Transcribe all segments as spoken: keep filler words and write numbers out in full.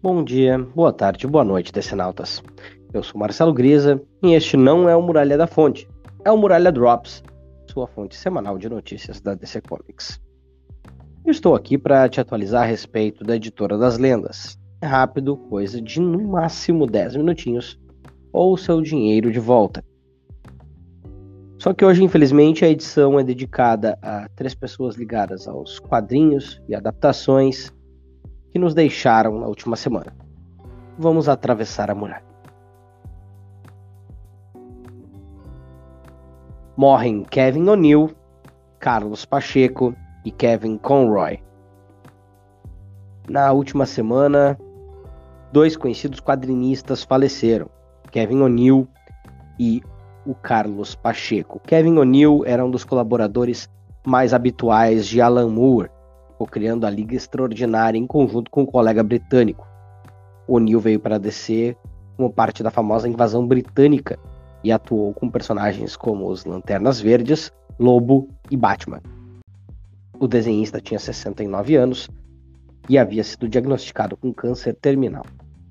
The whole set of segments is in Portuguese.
Bom dia, boa tarde, boa noite, decenautas. Eu sou Marcelo Grisa e este não é o Muralha da Fonte, é o Muralha Drops, sua fonte semanal de notícias da D C Comics. Eu estou aqui para te atualizar a respeito da Editora das Lendas. É rápido, coisa de no máximo dez minutinhos, ou seu dinheiro de volta. Só que hoje, infelizmente, a edição é dedicada a três pessoas ligadas aos quadrinhos e adaptações que nos deixaram na última semana. Vamos atravessar a muralha. Morrem Kevin O'Neill, Carlos Pacheco e Kevin Conroy. Na última semana, dois conhecidos quadrinistas faleceram, Kevin O'Neill e o Carlos Pacheco. Kevin O'Neill era um dos colaboradores mais habituais de Alan Moore, criando a Liga Extraordinária em conjunto com um colega britânico. O'Neill veio para a D C como parte da famosa invasão britânica e atuou com personagens como os Lanternas Verdes, Lobo e Batman. O desenhista tinha sessenta e nove anos e havia sido diagnosticado com câncer terminal.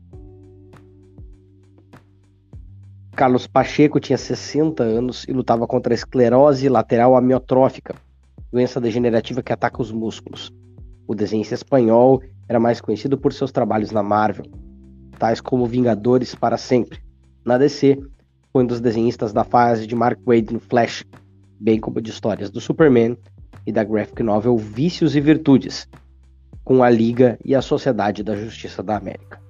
Carlos Pacheco tinha sessenta anos e lutava contra a esclerose lateral amiotrófica, doença degenerativa que ataca os músculos. O desenhista espanhol era mais conhecido por seus trabalhos na Marvel, tais como Vingadores para Sempre. Na D C, foi um dos desenhistas da fase de Mark Waid no Flash, bem como de histórias do Superman e da graphic novel Vícios e Virtudes, com a Liga e a Sociedade da Justiça da América.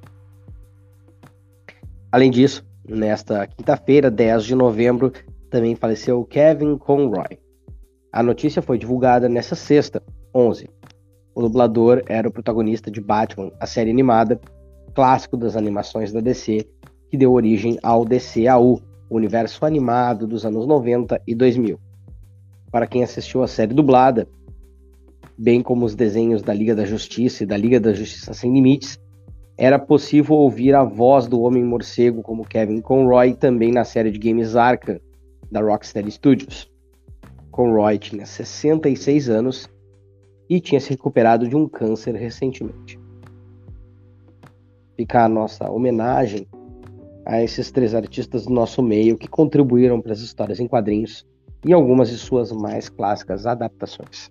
Além disso, nesta quinta-feira, dez de novembro, também faleceu Kevin Conroy. A notícia foi divulgada nesta sexta, onze. O dublador era o protagonista de Batman, a série animada, clássico das animações da D C, que deu origem ao D C A U, o universo animado dos anos noventa e dois mil. Para quem assistiu a série dublada, bem como os desenhos da Liga da Justiça e da Liga da Justiça Sem Limites, era possível ouvir a voz do Homem-Morcego como Kevin Conroy também na série de games Arkham, da Rocksteady Studios. Conroy tinha sessenta e seis anos e tinha se recuperado de um câncer recentemente. Fica a nossa homenagem a esses três artistas do nosso meio que contribuíram para as histórias em quadrinhos e algumas de suas mais clássicas adaptações.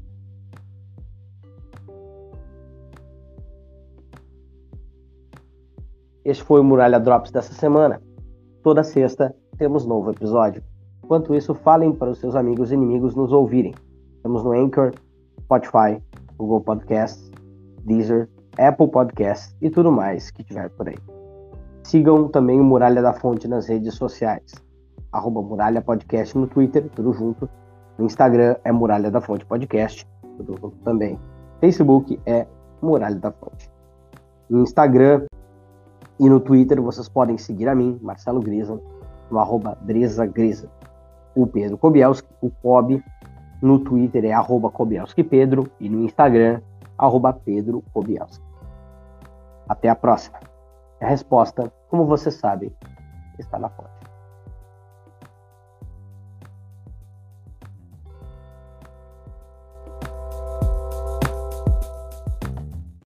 Este foi o Muralha Drops dessa semana. Toda sexta temos novo episódio. Enquanto isso, falem para os seus amigos e inimigos nos ouvirem. Estamos no Anchor, Spotify, Google Podcasts, Deezer, Apple Podcasts e tudo mais que tiver por aí. Sigam também o Muralha da Fonte nas redes sociais. Arroba Muralha Podcast no Twitter, tudo junto. No Instagram é Muralha da Fonte Podcast, tudo junto também. Facebook é Muralha da Fonte. No Instagram e no Twitter vocês podem seguir a mim, Marcelo Grisa, no arroba Dresa Grisa. O Pedro Kobielski, o Kobe, no Twitter é arroba Kobielski Pedro e no Instagram, arroba Pedro Kobielski. Até a próxima. A resposta, como você sabe, está na fonte.